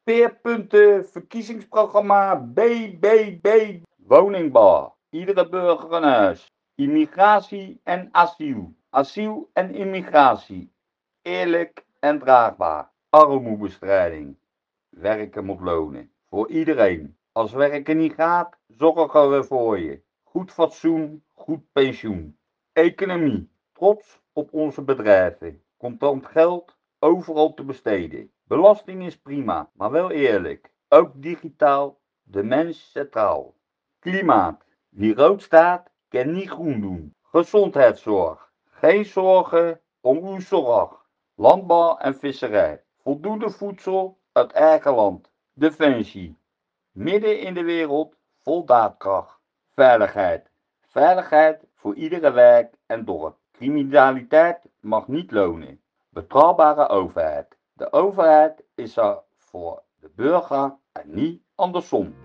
Speerpunten verkiezingsprogramma BBB. Woningbouw. Iedere burger een huis. Immigratie en asiel. Asiel en immigratie. Eerlijk en draagbaar. Armoebestrijding. Werken moet lonen. Voor iedereen. Als werken niet gaat, zorgen we voor je. Goed fatsoen, goed pensioen. Economie. Trots op onze bedrijven. Contant geld overal te besteden. Belasting is prima, maar wel eerlijk. Ook digitaal, de mens centraal. Klimaat. Wie rood staat, kan niet groen doen. Gezondheidszorg. Geen zorgen om uw zorg. Landbouw en visserij. Voldoende voedsel uit eigen land. Defensie. Midden in de wereld vol daadkracht. Veiligheid. Veiligheid voor iedere wijk en dorp. Criminaliteit mag niet lonen. Betrouwbare overheid. De overheid is er voor de burger en niet andersom.